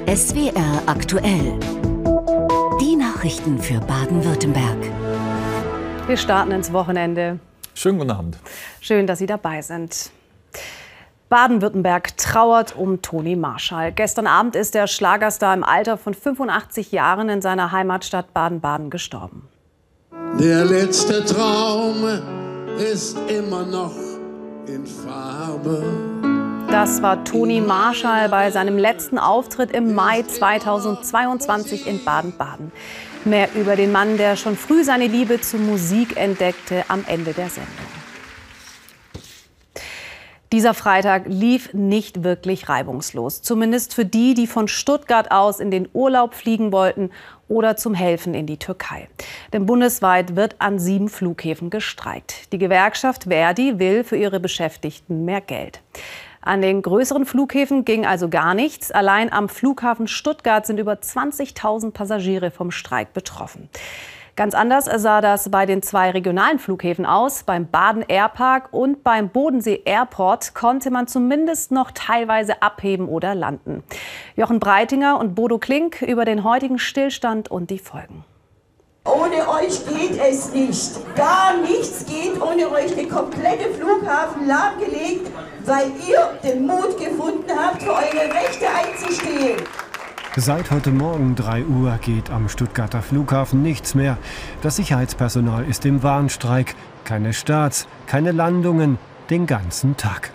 SWR aktuell. Die Nachrichten für Baden-Württemberg. Wir starten ins Wochenende. Schönen guten Abend. Schön, dass Sie dabei sind. Baden-Württemberg trauert um Toni Marschall. Gestern Abend ist der Schlagerstar im Alter von 85 Jahren in seiner Heimatstadt Baden-Baden gestorben. Der letzte Traum ist immer noch in Farbe. Das war Toni Marschall bei seinem letzten Auftritt im Mai 2022 in Baden-Baden. Mehr über den Mann, der schon früh seine Liebe zur Musik entdeckte, am Ende der Sendung. Dieser Freitag lief nicht wirklich reibungslos. Zumindest für die, die von Stuttgart aus in den Urlaub fliegen wollten oder zum Helfen in die Türkei. Denn bundesweit wird an 7 Flughäfen gestreikt. Die Gewerkschaft ver.di will für ihre Beschäftigten mehr Geld. An den größeren Flughäfen ging also gar nichts. Allein am Flughafen Stuttgart sind über 20.000 Passagiere vom Streik betroffen. Ganz anders sah das bei den 2 regionalen Flughäfen aus. Beim Baden Airpark und beim Bodensee Airport konnte man zumindest noch teilweise abheben oder landen. Jochen Breitinger und Bodo Klink über den heutigen Stillstand und die Folgen. Ohne euch geht es nicht. Gar nichts geht ohne euch. Der komplette Flughafen lahmgelegt, weil ihr den Mut gefunden habt, für eure Rechte einzustehen. Seit heute Morgen 3 Uhr geht am Stuttgarter Flughafen nichts mehr. Das Sicherheitspersonal ist im Warnstreik. Keine Starts, keine Landungen, den ganzen Tag.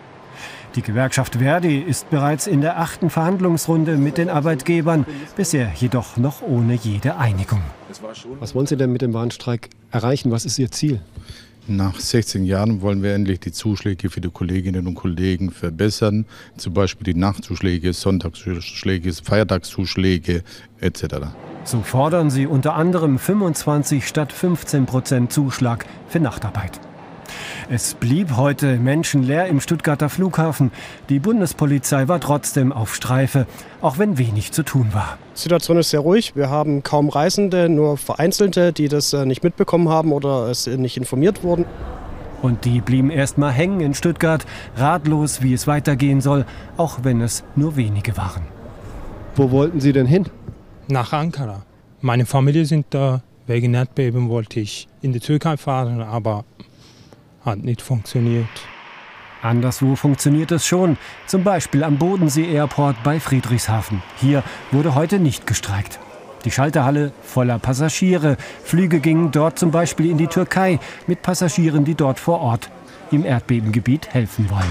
Die Gewerkschaft ver.di ist bereits in der 8. Verhandlungsrunde mit den Arbeitgebern, bisher jedoch noch ohne jede Einigung. Was wollen Sie denn mit dem Warnstreik erreichen? Was ist Ihr Ziel? Nach 16 Jahren wollen wir endlich die Zuschläge für die Kolleginnen und Kollegen verbessern. Zum Beispiel die Nachtzuschläge, Sonntagszuschläge, Feiertagszuschläge etc. So fordern sie unter anderem 25 statt 15% Zuschlag für Nachtarbeit. Es blieb heute menschenleer im Stuttgarter Flughafen. Die Bundespolizei war trotzdem auf Streife, auch wenn wenig zu tun war. Die Situation ist sehr ruhig. Wir haben kaum Reisende, nur Vereinzelte, die das nicht mitbekommen haben oder es nicht informiert wurden. Und die blieben erst mal hängen in Stuttgart, ratlos, wie es weitergehen soll, auch wenn es nur wenige waren. Wo wollten Sie denn hin? Nach Ankara. Meine Familie sind da. Wegen Erdbeben wollte ich in die Türkei fahren, aber hat nicht funktioniert. Anderswo funktioniert es schon, zum Beispiel am Bodensee Airport bei Friedrichshafen. Hier wurde heute nicht gestreikt. Die Schalterhalle voller Passagiere. Flüge gingen dort zum Beispiel in die Türkei mit Passagieren, die dort vor Ort im Erdbebengebiet helfen wollen.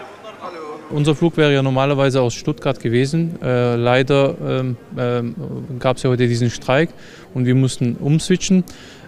Unser Flug wäre ja normalerweise aus Stuttgart gewesen. Leider gab es ja heute diesen Streik und wir mussten umswitchen.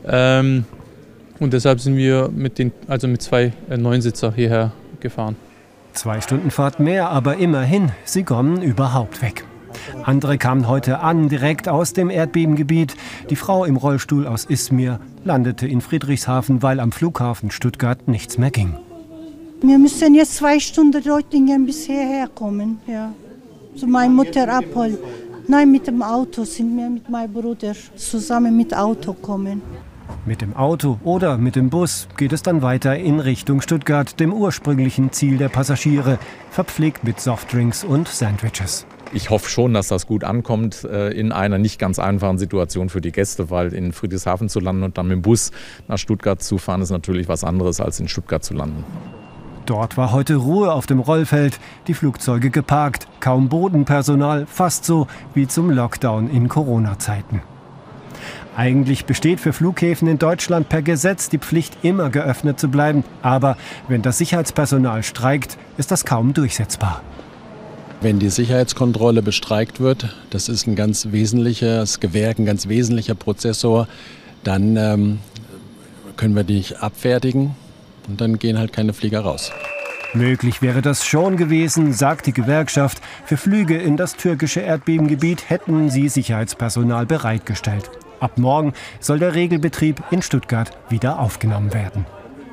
Und deshalb sind wir mit 2 Neunsitzer hierher gefahren. 2 Stunden Fahrt mehr, aber immerhin, sie kommen überhaupt weg. Andere kamen heute an, direkt aus dem Erdbebengebiet. Die Frau im Rollstuhl aus Izmir landete in Friedrichshafen, weil am Flughafen Stuttgart nichts mehr ging. Wir müssen jetzt 2 Stunden Reutlingen bis hierher kommen, ja. Zu meiner Mutter abholen. Nein, mit dem Auto sind wir mit meinem Bruder zusammen mit Auto kommen. Mit dem Auto oder mit dem Bus geht es dann weiter in Richtung Stuttgart, dem ursprünglichen Ziel der Passagiere, verpflegt mit Softdrinks und Sandwiches. Ich hoffe schon, dass das gut ankommt in einer nicht ganz einfachen Situation für die Gäste, weil in Friedrichshafen zu landen und dann mit dem Bus nach Stuttgart zu fahren, ist natürlich was anderes als in Stuttgart zu landen. Dort war heute Ruhe auf dem Rollfeld, die Flugzeuge geparkt, kaum Bodenpersonal, fast so wie zum Lockdown in Corona-Zeiten. Eigentlich besteht für Flughäfen in Deutschland per Gesetz die Pflicht, immer geöffnet zu bleiben. Aber wenn das Sicherheitspersonal streikt, ist das kaum durchsetzbar. Wenn die Sicherheitskontrolle bestreikt wird, das ist ein ganz wesentliches Gewerk, ein ganz wesentlicher Prozessor, dann können wir die nicht abfertigen und dann gehen halt keine Flieger raus. Möglich wäre das schon gewesen, sagt die Gewerkschaft. Für Flüge in das türkische Erdbebengebiet hätten sie Sicherheitspersonal bereitgestellt. Ab morgen soll der Regelbetrieb in Stuttgart wieder aufgenommen werden.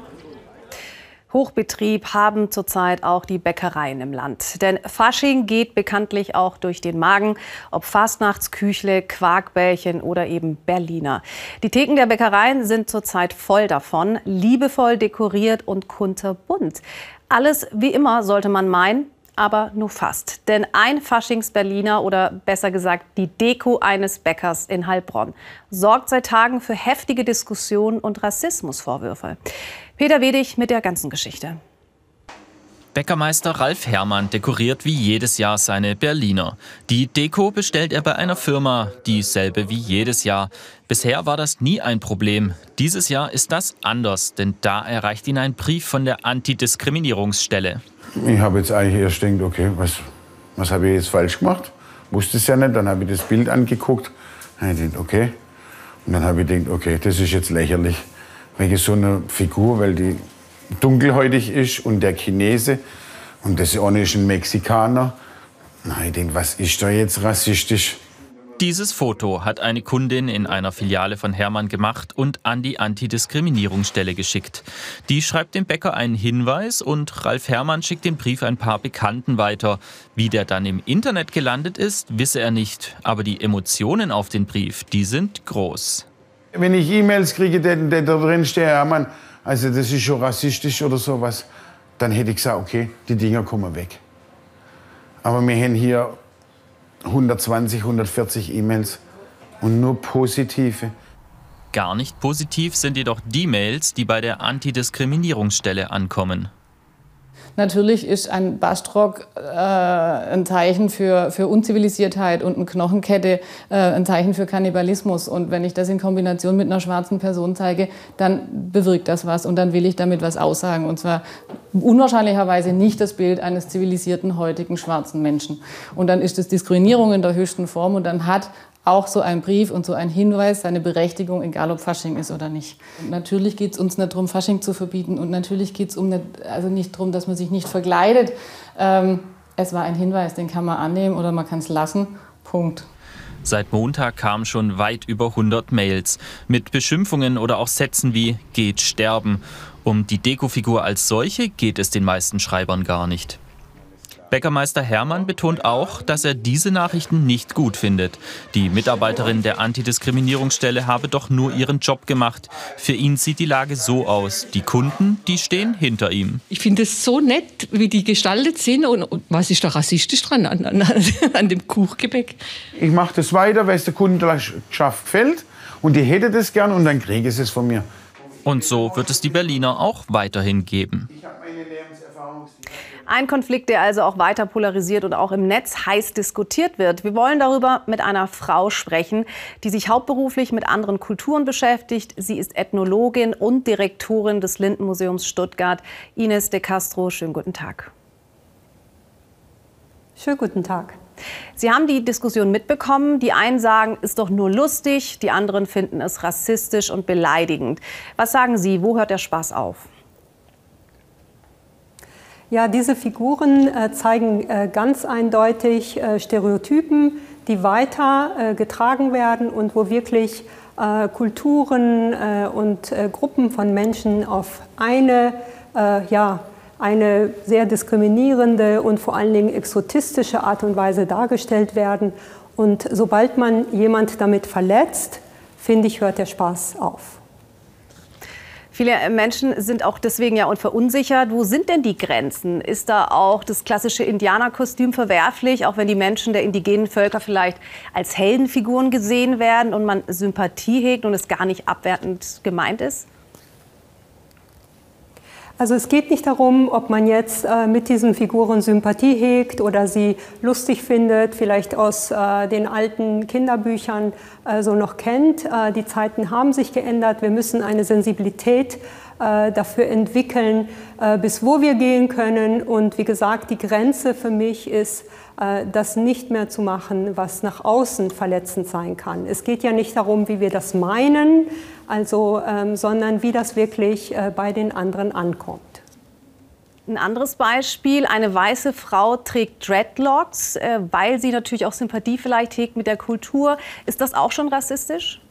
Hochbetrieb haben zurzeit auch die Bäckereien im Land. Denn Fasching geht bekanntlich auch durch den Magen, ob Fastnachtsküchle, Quarkbällchen oder eben Berliner. Die Theken der Bäckereien sind zurzeit voll davon, liebevoll dekoriert und kunterbunt. Alles wie immer, sollte man meinen. aber nur fast. Denn ein Faschings-Berliner oder besser gesagt die Deko eines Bäckers in Heilbronn sorgt seit Tagen für heftige Diskussionen und Rassismusvorwürfe. Peter Wedig mit der ganzen Geschichte. Bäckermeister Ralf Herrmann dekoriert wie jedes Jahr seine Berliner. Die Deko bestellt er bei einer Firma, dieselbe wie jedes Jahr. Bisher war das nie ein Problem. Dieses Jahr ist das anders, denn da erreicht ihn ein Brief von der Antidiskriminierungsstelle. Ich habe jetzt eigentlich erst gedacht, okay, was habe ich jetzt falsch gemacht? Wusste es ja nicht, dann habe ich das Bild angeguckt. Dann habe ich gedacht, okay. Und dann habe ich gedacht, okay, das ist jetzt lächerlich. Wegen so einer Figur, weil die dunkelhäutig ist und der Chinese und das eine ist ein Mexikaner. Na, ich denke, was ist da jetzt rassistisch? Dieses Foto hat eine Kundin in einer Filiale von Herrmann gemacht und an die Antidiskriminierungsstelle geschickt. Die schreibt dem Bäcker einen Hinweis und Ralf Herrmann schickt den Brief ein paar Bekannten weiter. Wie der dann im Internet gelandet ist, wisse er nicht. Aber die Emotionen auf den Brief, die sind groß. Wenn ich E-Mails kriege, der da drin steht, Herrmann, also das ist schon rassistisch oder sowas, dann hätte ich gesagt, okay, die Dinger kommen weg. Aber wir haben hier 120, 140 E-Mails und nur positive. Gar nicht positiv sind jedoch die Mails, die bei der Antidiskriminierungsstelle ankommen. Natürlich ist ein Bastrock ein Zeichen für Unzivilisiertheit und eine Knochenkette ein Zeichen für Kannibalismus. Und wenn ich das in Kombination mit einer schwarzen Person zeige, dann bewirkt das was und dann will ich damit was aussagen. Und zwar unwahrscheinlicherweise nicht das Bild eines zivilisierten, heutigen schwarzen Menschen. Und dann ist es Diskriminierung in der höchsten Form und dann hat auch so ein Brief und so ein Hinweis seine Berechtigung, egal ob Fasching ist oder nicht. Und natürlich geht es uns nicht darum, Fasching zu verbieten und natürlich geht es nicht darum, dass man sich nicht verkleidet. Es war ein Hinweis, den kann man annehmen oder man kann es lassen. Punkt. Seit Montag kamen schon weit über 100 Mails mit Beschimpfungen oder auch Sätzen wie „geht sterben". Um die Dekofigur als solche geht es den meisten Schreibern gar nicht. Bäckermeister Herrmann betont auch, dass er diese Nachrichten nicht gut findet. Die Mitarbeiterin der Antidiskriminierungsstelle habe doch nur ihren Job gemacht. Für ihn sieht die Lage so aus. Die Kunden, die stehen hinter ihm. Ich finde es so nett, wie die gestaltet sind. Und was ist da rassistisch dran an dem Kuchgebäck? Ich mache das weiter, weil es der Kundenschaft gefällt und die hätte das gern und dann kriege ich es von mir. Und so wird es die Berliner auch weiterhin geben. Ein Konflikt, der also auch weiter polarisiert und auch im Netz heiß diskutiert wird. Wir wollen darüber mit einer Frau sprechen, die sich hauptberuflich mit anderen Kulturen beschäftigt. Sie ist Ethnologin und Direktorin des Lindenmuseums Stuttgart. Ines de Castro, schönen guten Tag. Schönen guten Tag. Sie haben die Diskussion mitbekommen. Die einen sagen, ist doch nur lustig, die anderen finden es rassistisch und beleidigend. Was sagen Sie, wo hört der Spaß auf? Ja, diese Figuren zeigen ganz eindeutig Stereotypen, die weiter getragen werden und wo wirklich Kulturen und Gruppen von Menschen auf eine sehr diskriminierende und vor allen Dingen exotistische Art und Weise dargestellt werden. Und sobald man jemand damit verletzt, finde ich, hört der Spaß auf. Viele Menschen sind auch deswegen ja verunsichert. Wo sind denn die Grenzen? Ist da auch das klassische Indianerkostüm verwerflich, auch wenn die Menschen der indigenen Völker vielleicht als Heldenfiguren gesehen werden und man Sympathie hegt und es gar nicht abwertend gemeint ist? Also es geht nicht darum, ob man jetzt mit diesen Figuren Sympathie hegt oder sie lustig findet, vielleicht aus den alten Kinderbüchern so noch kennt. Die Zeiten haben sich geändert. Wir müssen eine Sensibilität dafür entwickeln, bis wo wir gehen können. Und wie gesagt, die Grenze für mich ist, das nicht mehr zu machen, was nach außen verletzend sein kann. Es geht ja nicht darum, wie wir das meinen, sondern wie das wirklich bei den anderen ankommt. Ein anderes Beispiel, eine weiße Frau trägt Dreadlocks, weil sie natürlich auch Sympathie vielleicht hegt mit der Kultur. Ist das auch schon rassistisch?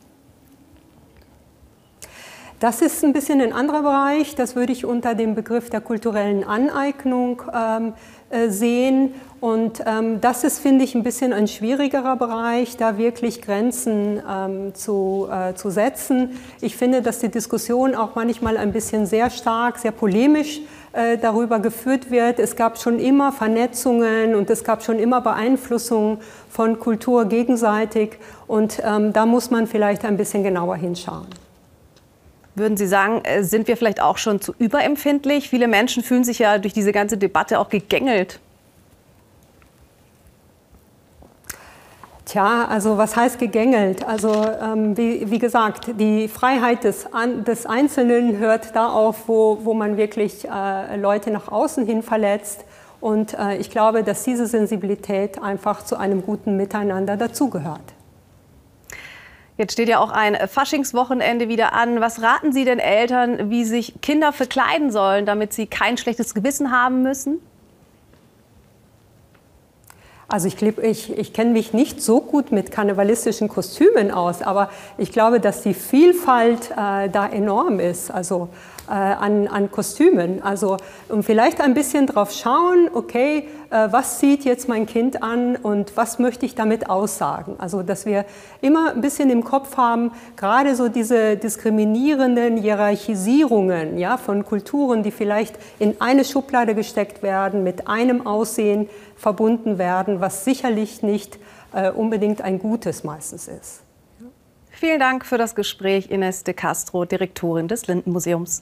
Das ist ein bisschen ein anderer Bereich. Das würde ich unter dem Begriff der kulturellen Aneignung sehen. Und das ist, finde ich, ein bisschen ein schwierigerer Bereich, da wirklich Grenzen zu setzen. Ich finde, dass die Diskussion auch manchmal ein bisschen sehr stark, sehr polemisch darüber geführt wird. Es gab schon immer Vernetzungen und es gab schon immer Beeinflussungen von Kultur gegenseitig. Und da muss man vielleicht ein bisschen genauer hinschauen. Würden Sie sagen, sind wir vielleicht auch schon zu überempfindlich? Viele Menschen fühlen sich ja durch diese ganze Debatte auch gegängelt. Tja, also was heißt gegängelt? Also wie gesagt, die Freiheit des Einzelnen hört da auf, wo man wirklich Leute nach außen hin verletzt. Und ich glaube, dass diese Sensibilität einfach zu einem guten Miteinander dazugehört. Jetzt steht ja auch ein Faschingswochenende wieder an. Was raten Sie den Eltern, wie sich Kinder verkleiden sollen, damit sie kein schlechtes Gewissen haben müssen? Also ich kenne mich nicht so gut mit karnevalistischen Kostümen aus, aber ich glaube, dass die Vielfalt da enorm ist, also an Kostümen. Also vielleicht ein bisschen drauf schauen, okay, was zieht jetzt mein Kind an und was möchte ich damit aussagen? Also dass wir immer ein bisschen im Kopf haben, gerade so diese diskriminierenden Hierarchisierungen, ja, von Kulturen, die vielleicht in eine Schublade gesteckt werden, mit einem Aussehen verbunden werden, was sicherlich nicht unbedingt ein Gutes meistens ist. Vielen Dank für das Gespräch, Ines de Castro, Direktorin des Lindenmuseums.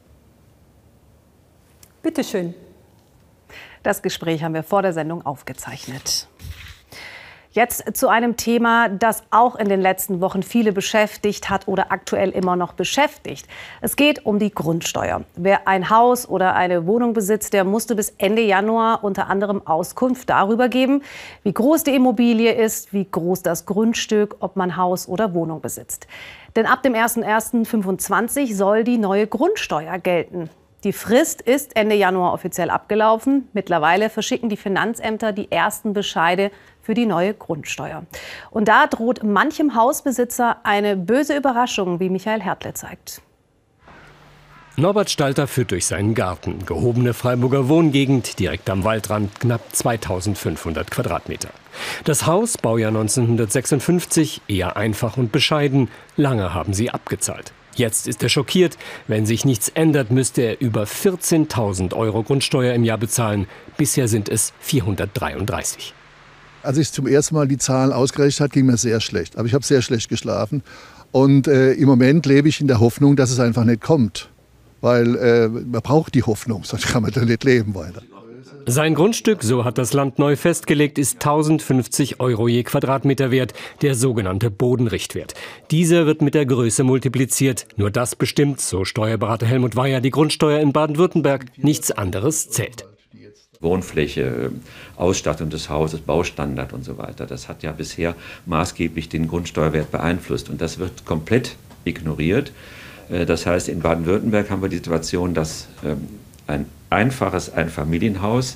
Bitte schön. Das Gespräch haben wir vor der Sendung aufgezeichnet. Jetzt zu einem Thema, das auch in den letzten Wochen viele beschäftigt hat oder aktuell immer noch beschäftigt. Es geht um die Grundsteuer. Wer ein Haus oder eine Wohnung besitzt, der musste bis Ende Januar unter anderem Auskunft darüber geben, wie groß die Immobilie ist, wie groß das Grundstück, ob man Haus oder Wohnung besitzt. Denn ab dem 01.01.2025 soll die neue Grundsteuer gelten. Die Frist ist Ende Januar offiziell abgelaufen. Mittlerweile verschicken die Finanzämter die ersten Bescheide für die neue Grundsteuer. Und da droht manchem Hausbesitzer eine böse Überraschung, wie Michael Hertle zeigt. Norbert Stalter führt durch seinen Garten. Gehobene Freiburger Wohngegend, direkt am Waldrand, knapp 2500 Quadratmeter. Das Haus, Baujahr 1956, eher einfach und bescheiden. Lange haben sie abgezahlt. Jetzt ist er schockiert. Wenn sich nichts ändert, müsste er über 14.000 € Grundsteuer im Jahr bezahlen. Bisher sind es 433. Als ich zum ersten Mal die Zahlen ausgerechnet habe, ging mir sehr schlecht. Aber ich habe sehr schlecht geschlafen. Und im Moment lebe ich in der Hoffnung, dass es einfach nicht kommt. Weil man braucht die Hoffnung, sonst kann man da nicht leben weiter. Sein Grundstück, so hat das Land neu festgelegt, ist 1050 € je Quadratmeter wert, der sogenannte Bodenrichtwert. Dieser wird mit der Größe multipliziert. Nur das bestimmt, so Steuerberater Helmut Weyer, die Grundsteuer in Baden-Württemberg. Nichts anderes zählt. Wohnfläche, Ausstattung des Hauses, Baustandard und so weiter. Das hat ja bisher maßgeblich den Grundsteuerwert beeinflusst. Und das wird komplett ignoriert. Das heißt, in Baden-Württemberg haben wir die Situation, dass ein einfaches Einfamilienhaus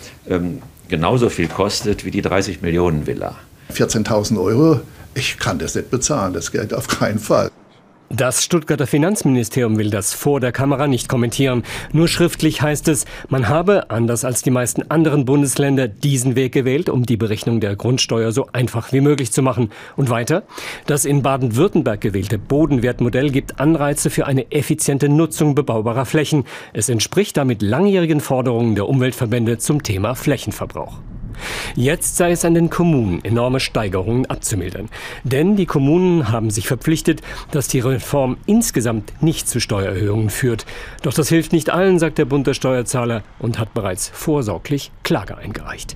genauso viel kostet wie die 30 Millionen Villa. 14.000 €, ich kann das nicht bezahlen, das geht auf keinen Fall. Das Stuttgarter Finanzministerium will das vor der Kamera nicht kommentieren. Nur schriftlich heißt es, man habe, anders als die meisten anderen Bundesländer, diesen Weg gewählt, um die Berechnung der Grundsteuer so einfach wie möglich zu machen. Und weiter, das in Baden-Württemberg gewählte Bodenwertmodell gibt Anreize für eine effiziente Nutzung bebaubarer Flächen. Es entspricht damit langjährigen Forderungen der Umweltverbände zum Thema Flächenverbrauch. Jetzt sei es an den Kommunen, enorme Steigerungen abzumildern. Denn die Kommunen haben sich verpflichtet, dass die Reform insgesamt nicht zu Steuererhöhungen führt. Doch das hilft nicht allen, sagt der Bund der Steuerzahler und hat bereits vorsorglich Klage eingereicht.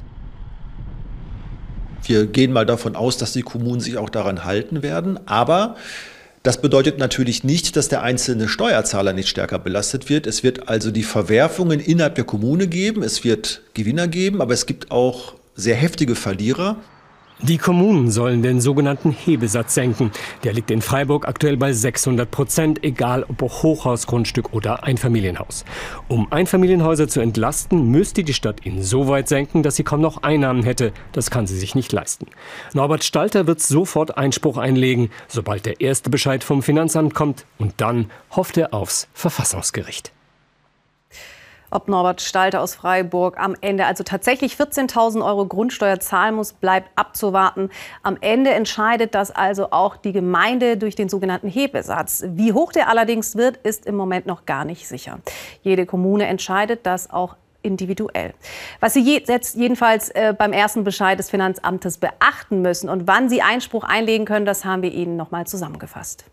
Wir gehen mal davon aus, dass die Kommunen sich auch daran halten werden. Aber das bedeutet natürlich nicht, dass der einzelne Steuerzahler nicht stärker belastet wird. Es wird also die Verwerfungen innerhalb der Kommune geben. Es wird Gewinner geben, aber es gibt auch sehr heftige Verlierer. Die Kommunen sollen den sogenannten Hebesatz senken. Der liegt in Freiburg aktuell bei 600%, egal ob Hochhausgrundstück oder Einfamilienhaus. Um Einfamilienhäuser zu entlasten, müsste die Stadt ihn so weit senken, dass sie kaum noch Einnahmen hätte. Das kann sie sich nicht leisten. Norbert Stalter wird sofort Einspruch einlegen, sobald der erste Bescheid vom Finanzamt kommt. Und dann hofft er aufs Verfassungsgericht. Ob Norbert Stalter aus Freiburg am Ende also tatsächlich 14.000 € Grundsteuer zahlen muss, bleibt abzuwarten. Am Ende entscheidet das also auch die Gemeinde durch den sogenannten Hebesatz. Wie hoch der allerdings wird, ist im Moment noch gar nicht sicher. Jede Kommune entscheidet das auch individuell. Was Sie jetzt jedenfalls beim ersten Bescheid des Finanzamtes beachten müssen und wann Sie Einspruch einlegen können, das haben wir Ihnen noch mal zusammengefasst.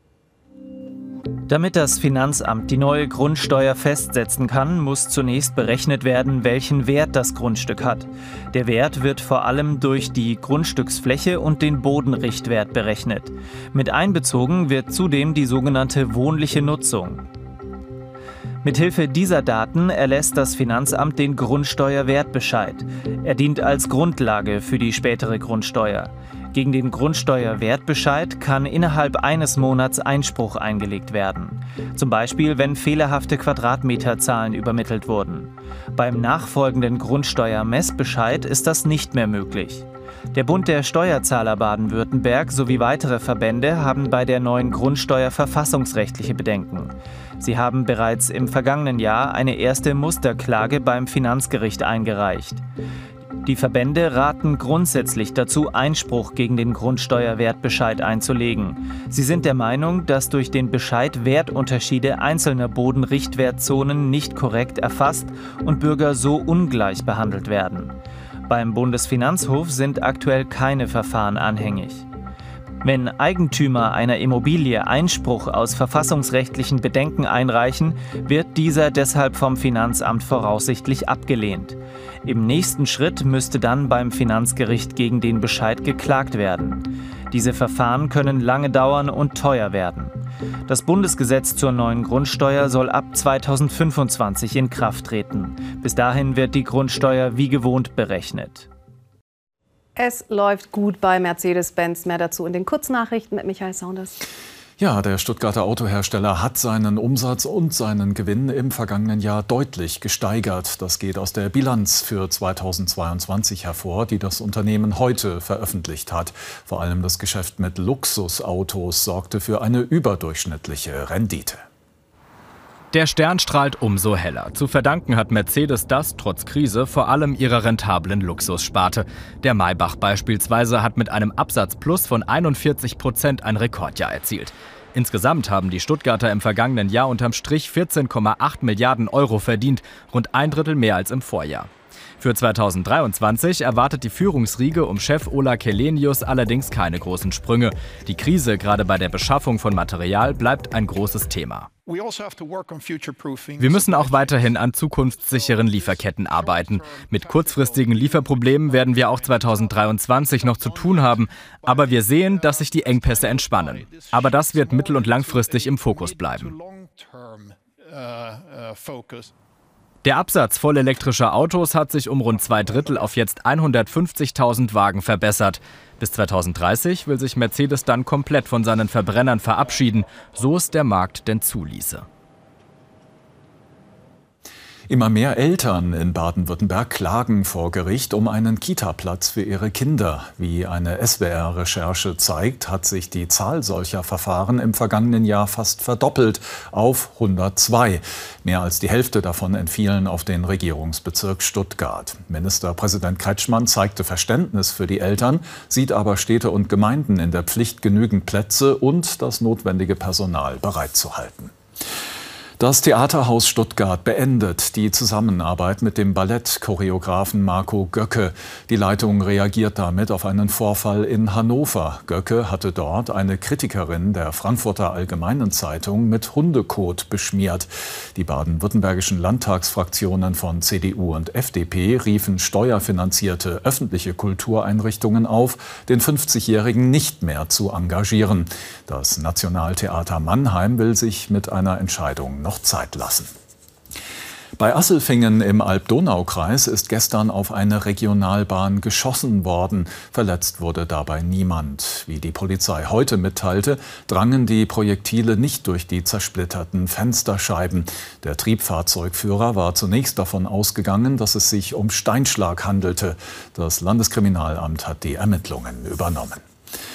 Damit das Finanzamt die neue Grundsteuer festsetzen kann, muss zunächst berechnet werden, welchen Wert das Grundstück hat. Der Wert wird vor allem durch die Grundstücksfläche und den Bodenrichtwert berechnet. Mit einbezogen wird zudem die sogenannte wohnliche Nutzung. Mithilfe dieser Daten erlässt das Finanzamt den Grundsteuerwertbescheid. Er dient als Grundlage für die spätere Grundsteuer. Gegen den Grundsteuerwertbescheid kann innerhalb eines Monats Einspruch eingelegt werden. Zum Beispiel, wenn fehlerhafte Quadratmeterzahlen übermittelt wurden. Beim nachfolgenden Grundsteuermessbescheid ist das nicht mehr möglich. Der Bund der Steuerzahler Baden-Württemberg sowie weitere Verbände haben bei der neuen Grundsteuer verfassungsrechtliche Bedenken. Sie haben bereits im vergangenen Jahr eine erste Musterklage beim Finanzgericht eingereicht. Die Verbände raten grundsätzlich dazu, Einspruch gegen den Grundsteuerwertbescheid einzulegen. Sie sind der Meinung, dass durch den Bescheid Wertunterschiede einzelner Bodenrichtwertzonen nicht korrekt erfasst und Bürger so ungleich behandelt werden. Beim Bundesfinanzhof sind aktuell keine Verfahren anhängig. Wenn Eigentümer einer Immobilie Einspruch aus verfassungsrechtlichen Bedenken einreichen, wird dieser deshalb vom Finanzamt voraussichtlich abgelehnt. Im nächsten Schritt müsste dann beim Finanzgericht gegen den Bescheid geklagt werden. Diese Verfahren können lange dauern und teuer werden. Das Bundesgesetz zur neuen Grundsteuer soll ab 2025 in Kraft treten. Bis dahin wird die Grundsteuer wie gewohnt berechnet. Es läuft gut bei Mercedes-Benz. Mehr dazu in den Kurznachrichten mit Michael Saunders. Ja, der Stuttgarter Autohersteller hat seinen Umsatz und seinen Gewinn im vergangenen Jahr deutlich gesteigert. Das geht aus der Bilanz für 2022 hervor, die das Unternehmen heute veröffentlicht hat. Vor allem das Geschäft mit Luxusautos sorgte für eine überdurchschnittliche Rendite. Der Stern strahlt umso heller. Zu verdanken hat Mercedes das, trotz Krise, vor allem ihrer rentablen Luxussparte. Der Maybach beispielsweise hat mit einem Absatzplus von 41% ein Rekordjahr erzielt. Insgesamt haben die Stuttgarter im vergangenen Jahr unterm Strich 14,8 Milliarden € verdient, rund ein Drittel mehr als im Vorjahr. Für 2023 erwartet die Führungsriege um Chef Ola Källenius allerdings keine großen Sprünge. Die Krise gerade bei der Beschaffung von Material bleibt ein großes Thema. Wir müssen auch weiterhin an zukunftssicheren Lieferketten arbeiten. Mit kurzfristigen Lieferproblemen werden wir auch 2023 noch zu tun haben. Aber wir sehen, dass sich die Engpässe entspannen. Aber das wird mittel- und langfristig im Fokus bleiben. Der Absatz vollelektrischer Autos hat sich um rund 2/3 auf jetzt 150.000 Wagen verbessert. Bis 2030 will sich Mercedes dann komplett von seinen Verbrennern verabschieden, so es der Markt denn zuließe. Immer mehr Eltern in Baden-Württemberg klagen vor Gericht um einen Kita-Platz für ihre Kinder. Wie eine SWR-Recherche zeigt, hat sich die Zahl solcher Verfahren im vergangenen Jahr fast verdoppelt auf 102. Mehr als die Hälfte davon entfielen auf den Regierungsbezirk Stuttgart. Ministerpräsident Kretschmann zeigte Verständnis für die Eltern, sieht aber Städte und Gemeinden in der Pflicht, genügend Plätze und das notwendige Personal bereitzuhalten. Das Theaterhaus Stuttgart beendet die Zusammenarbeit mit dem Ballettchoreografen Marco Göcke. Die Leitung reagiert damit auf einen Vorfall in Hannover. Göcke hatte dort eine Kritikerin der Frankfurter Allgemeinen Zeitung mit Hundekot beschmiert. Die baden-württembergischen Landtagsfraktionen von CDU und FDP riefen steuerfinanzierte öffentliche Kultureinrichtungen auf, den 50-Jährigen nicht mehr zu engagieren. Das Nationaltheater Mannheim will sich mit einer Entscheidung noch Zeit lassen. Bei Asselfingen im Alb-Donau-Kreis ist gestern auf eine Regionalbahn geschossen worden. Verletzt wurde dabei niemand. Wie die Polizei heute mitteilte, drangen die Projektile nicht durch die zersplitterten Fensterscheiben. Der Triebfahrzeugführer war zunächst davon ausgegangen, dass es sich um Steinschlag handelte. Das Landeskriminalamt hat die Ermittlungen übernommen.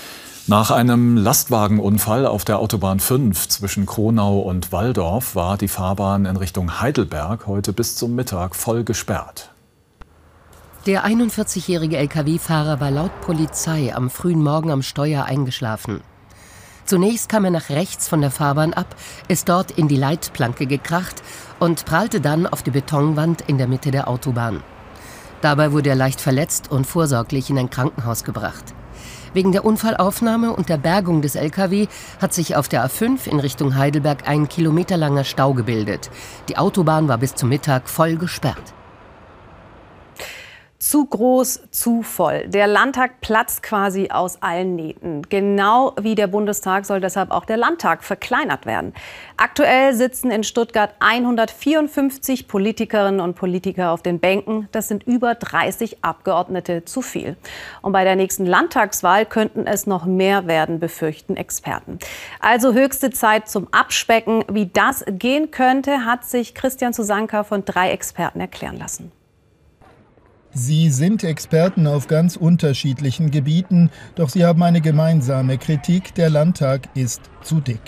Nach einem Lastwagenunfall auf der Autobahn 5 zwischen Kronau und Walldorf war die Fahrbahn in Richtung Heidelberg heute bis zum Mittag voll gesperrt. Der 41-jährige Lkw-Fahrer war laut Polizei am frühen Morgen am Steuer eingeschlafen. Zunächst kam er nach rechts von der Fahrbahn ab, ist dort in die Leitplanke gekracht und prallte dann auf die Betonwand in der Mitte der Autobahn. Dabei wurde er leicht verletzt und vorsorglich in ein Krankenhaus gebracht. Wegen der Unfallaufnahme und der Bergung des Lkw hat sich auf der A5 in Richtung Heidelberg ein kilometerlanger Stau gebildet. Die Autobahn war bis zum Mittag voll gesperrt. Zu groß, zu voll. Der Landtag platzt quasi aus allen Nähten. Genau wie der Bundestag soll deshalb auch der Landtag verkleinert werden. Aktuell sitzen in Stuttgart 154 Politikerinnen und Politiker auf den Bänken. Das sind über 30 Abgeordnete zu viel. Und bei der nächsten Landtagswahl könnten es noch mehr werden, befürchten Experten. Also höchste Zeit zum Abspecken. Wie das gehen könnte, hat sich Christian Susanka von 3 Experten erklären lassen. Sie sind Experten auf ganz unterschiedlichen Gebieten, doch sie haben eine gemeinsame Kritik: Der Landtag ist zu dick.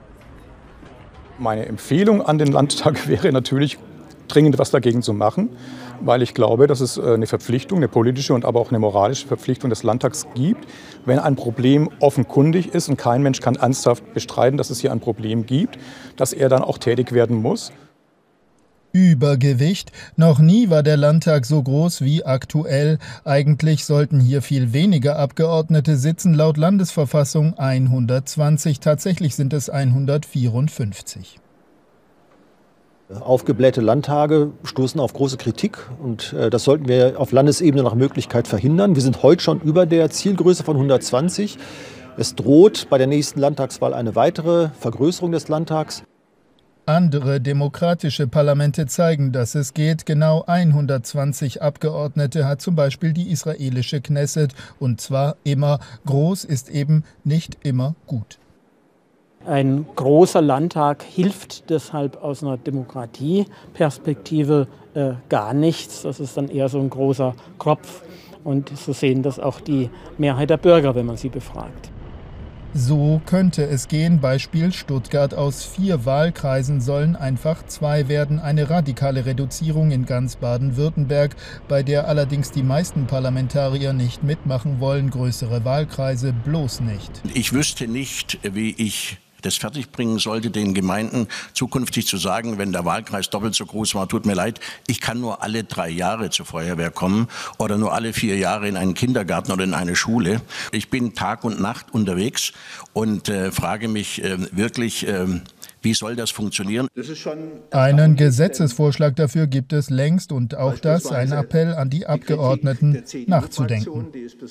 Meine Empfehlung an den Landtag wäre natürlich, dringend was dagegen zu machen, weil ich glaube, dass es eine Verpflichtung, eine politische und aber auch eine moralische Verpflichtung des Landtags gibt, wenn ein Problem offenkundig ist und kein Mensch kann ernsthaft bestreiten, dass es hier ein Problem gibt, dass er dann auch tätig werden muss. Übergewicht. Noch nie war der Landtag so groß wie aktuell. Eigentlich sollten hier viel weniger Abgeordnete sitzen, laut Landesverfassung 120. Tatsächlich sind es 154. Aufgeblähte Landtage stoßen auf große Kritik und das sollten wir auf Landesebene nach Möglichkeit verhindern. Wir sind heute schon über der Zielgröße von 120. Es droht bei der nächsten Landtagswahl eine weitere Vergrößerung des Landtags. Andere demokratische Parlamente zeigen, dass es geht. Genau 120 Abgeordnete hat zum Beispiel die israelische Knesset. Und zwar immer. Groß ist eben nicht immer gut. Ein großer Landtag hilft deshalb aus einer Demokratieperspektive gar nichts. Das ist dann eher so ein großer Kropf. Und so sehen das auch die Mehrheit der Bürger, wenn man sie befragt. So könnte es gehen. Beispiel Stuttgart: Aus 4 Wahlkreisen sollen einfach 2 werden. Eine radikale Reduzierung in ganz Baden-Württemberg, bei der allerdings die meisten Parlamentarier nicht mitmachen wollen. Größere Wahlkreise bloß nicht. Ich wüsste nicht, wie ich das fertigbringen sollte, den Gemeinden zukünftig zu sagen, wenn der Wahlkreis doppelt so groß war, tut mir leid, ich kann nur alle 3 Jahre zur Feuerwehr kommen oder nur alle 4 Jahre in einen Kindergarten oder in eine Schule. Ich bin Tag und Nacht unterwegs und frage mich wirklich, wie soll das funktionieren? Einen Gesetzesvorschlag dafür gibt es längst und auch das ein Appell an die Abgeordneten, nachzudenken.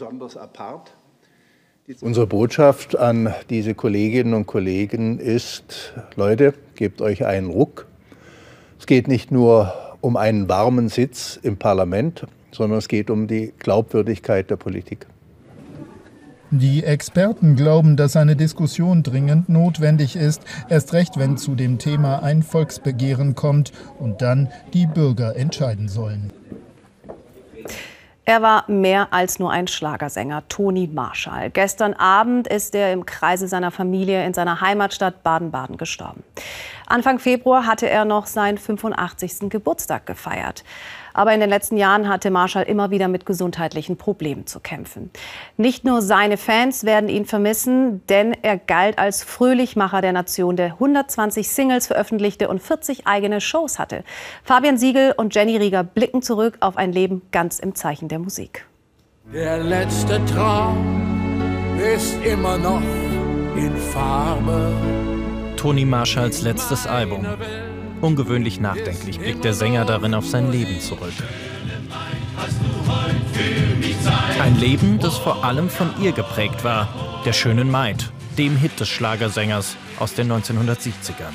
Unsere Botschaft an diese Kolleginnen und Kollegen ist: Leute, gebt euch einen Ruck. Es geht nicht nur um einen warmen Sitz im Parlament, sondern es geht um die Glaubwürdigkeit der Politik. Die Experten glauben, dass eine Diskussion dringend notwendig ist, erst recht, wenn zu dem Thema ein Volksbegehren kommt und dann die Bürger entscheiden sollen. Er war mehr als nur ein Schlagersänger, Toni Marschall. Gestern Abend ist er im Kreise seiner Familie in seiner Heimatstadt Baden-Baden gestorben. Anfang Februar hatte er noch seinen 85. Geburtstag gefeiert. Aber in den letzten Jahren hatte Marschall immer wieder mit gesundheitlichen Problemen zu kämpfen. Nicht nur seine Fans werden ihn vermissen, denn er galt als Fröhlichmacher der Nation, der 120 Singles veröffentlichte und 40 eigene Shows hatte. Fabian Siegel und Jenny Rieger blicken zurück auf ein Leben ganz im Zeichen der Musik. Der letzte Traum ist immer noch in Farbe. Toni Marschalls letztes Album. Ungewöhnlich nachdenklich blickt der Sänger darin auf sein Leben zurück. Ein Leben, das vor allem von ihr geprägt war, der schönen Maid, dem Hit des Schlagersängers aus den 1970ern.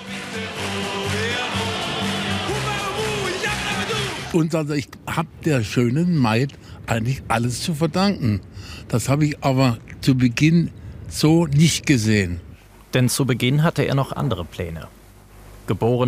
Und also ich habe der schönen Maid eigentlich alles zu verdanken. Das habe ich aber zu Beginn so nicht gesehen. Denn zu Beginn hatte er noch andere Pläne. Geboren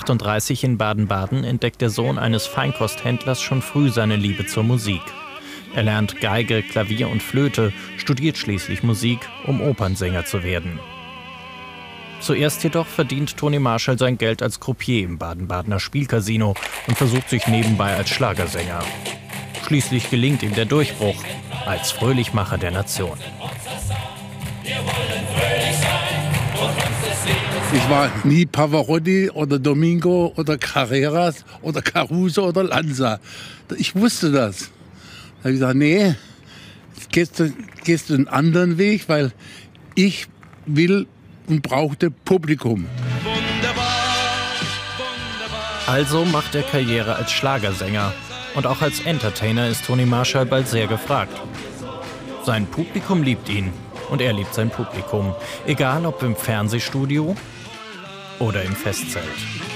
1938 in Baden-Baden, entdeckt der Sohn eines Feinkosthändlers schon früh seine Liebe zur Musik. Er lernt Geige, Klavier und Flöte, studiert schließlich Musik, um Opernsänger zu werden. Zuerst jedoch verdient Toni Marshall sein Geld als Croupier im Baden-Badener Spielcasino und versucht sich nebenbei als Schlagersänger. Schließlich gelingt ihm der Durchbruch als Fröhlichmacher der Nation. Ich war nie Pavarotti oder Domingo oder Carreras oder Caruso oder Lanza. Ich wusste das. Da habe ich gesagt, nee, gehst du einen anderen Weg, weil ich will und brauchte Publikum. Also macht er Karriere als Schlagersänger. Und auch als Entertainer ist Toni Marshall bald sehr gefragt. Sein Publikum liebt ihn und er liebt sein Publikum. Egal ob im Fernsehstudio oder im Festzelt.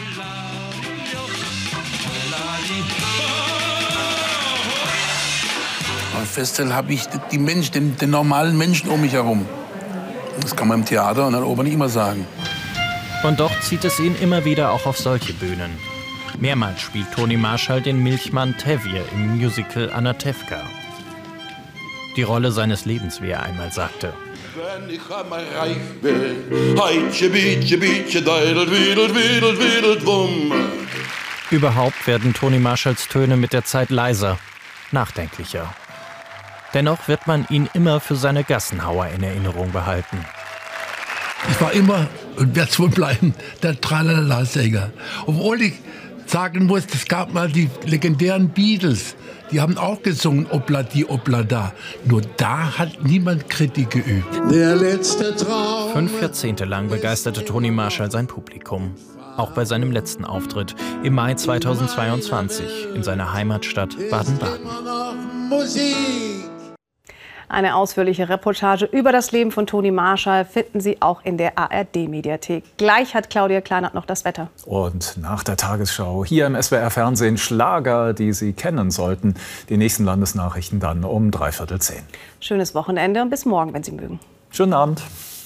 Am Festzelt habe ich die Menschen, den normalen Menschen um mich herum. Das kann man im Theater und an der Oper nicht immer sagen. Und doch zieht es ihn immer wieder auch auf solche Bühnen. Mehrmals spielt Toni Marshall den Milchmann Tevye im Musical Anatevka. Die Rolle seines Lebens, wie er einmal sagte. Wenn ich einmal reich bin, heitsche, bietsche, bietsche, deidelt, wiedelt, wiedelt, wiedelt, wumm. Überhaupt werden Toni Marshalls Töne mit der Zeit leiser, nachdenklicher. Dennoch wird man ihn immer für seine Gassenhauer in Erinnerung behalten. Ich war immer und werde es wohl bleiben, der Tralala-Sänger. Obwohl ich sagen muss, es gab mal die legendären Beatles. Die haben auch gesungen, Obla di, Obla da. Nur da hat niemand Kritik geübt. Der letzte Traum. 5 Jahrzehnte lang begeisterte Toni Marshall sein Publikum. Auch bei seinem letzten Auftritt im Mai 2022 in seiner Heimatstadt Baden-Baden. Musik. Eine ausführliche Reportage über das Leben von Toni Marshall finden Sie auch in der ARD-Mediathek. Gleich hat Claudia Kleinert noch das Wetter. Und nach der Tagesschau hier im SWR-Fernsehen Schlager, die Sie kennen sollten. Die nächsten Landesnachrichten dann um 9:45. Schönes Wochenende und bis morgen, wenn Sie mögen. Schönen Abend.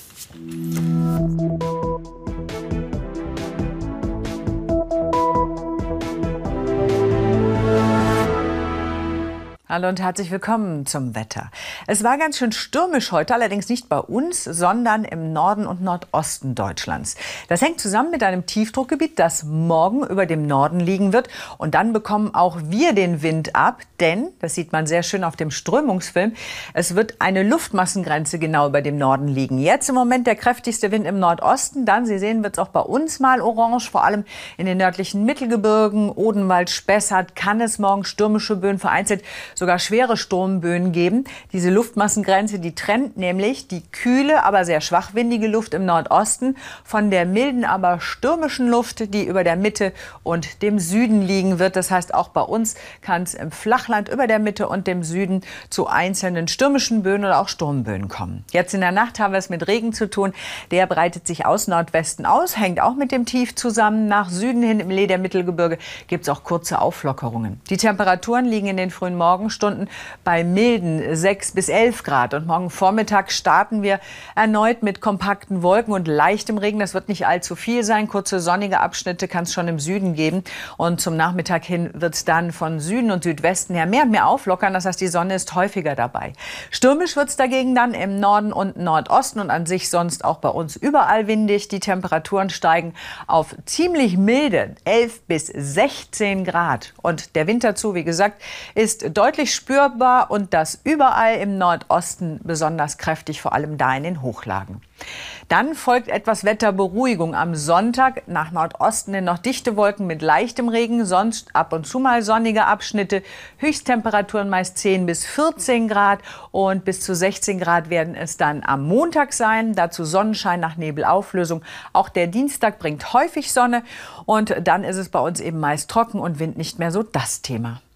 Hallo und herzlich willkommen zum Wetter. Es war ganz schön stürmisch heute, allerdings nicht bei uns, sondern im Norden und Nordosten Deutschlands. Das hängt zusammen mit einem Tiefdruckgebiet, das morgen über dem Norden liegen wird. Und dann bekommen auch wir den Wind ab, denn, das sieht man sehr schön auf dem Strömungsfilm, es wird eine Luftmassengrenze genau über dem Norden liegen. Jetzt im Moment der kräftigste Wind im Nordosten, dann, Sie sehen, wird es auch bei uns mal orange, vor allem in den nördlichen Mittelgebirgen, Odenwald, Spessart, kann es morgen stürmische Böen vereinzelt sogar schwere Sturmböen geben. Diese Luftmassengrenze, die trennt nämlich die kühle, aber sehr schwachwindige Luft im Nordosten von der milden, aber stürmischen Luft, die über der Mitte und dem Süden liegen wird. Das heißt, auch bei uns kann es im Flachland über der Mitte und dem Süden zu einzelnen stürmischen Böen oder auch Sturmböen kommen. Jetzt in der Nacht haben wir es mit Regen zu tun. Der breitet sich aus Nordwesten aus, hängt auch mit dem Tief zusammen. Nach Süden hin im Ledermittelgebirge gibt es auch kurze Auflockerungen. Die Temperaturen liegen in den frühen Morgenstunden bei milden 6 bis 11 Grad. Und morgen Vormittag starten wir erneut mit kompakten Wolken und leichtem Regen. Das wird nicht allzu viel sein. Kurze sonnige Abschnitte kann es schon im Süden geben. Und zum Nachmittag hin wird es dann von Süden und Südwesten her mehr und mehr auflockern. Das heißt, die Sonne ist häufiger dabei. Stürmisch wird es dagegen dann im Norden und Nordosten und an sich sonst auch bei uns überall windig. Die Temperaturen steigen auf ziemlich milde 11 bis 16 Grad. Und der Wind dazu, wie gesagt, ist deutlich spürbar und das überall im Nordosten besonders kräftig, vor allem da in den Hochlagen. Dann folgt etwas Wetterberuhigung am Sonntag. Nach Nordosten hin noch dichte Wolken mit leichtem Regen, sonst ab und zu mal sonnige Abschnitte. Höchsttemperaturen meist 10 bis 14 Grad und bis zu 16 Grad werden es dann am Montag sein. Dazu Sonnenschein nach Nebelauflösung. Auch der Dienstag bringt häufig Sonne und dann ist es bei uns eben meist trocken und Wind nicht mehr so das Thema.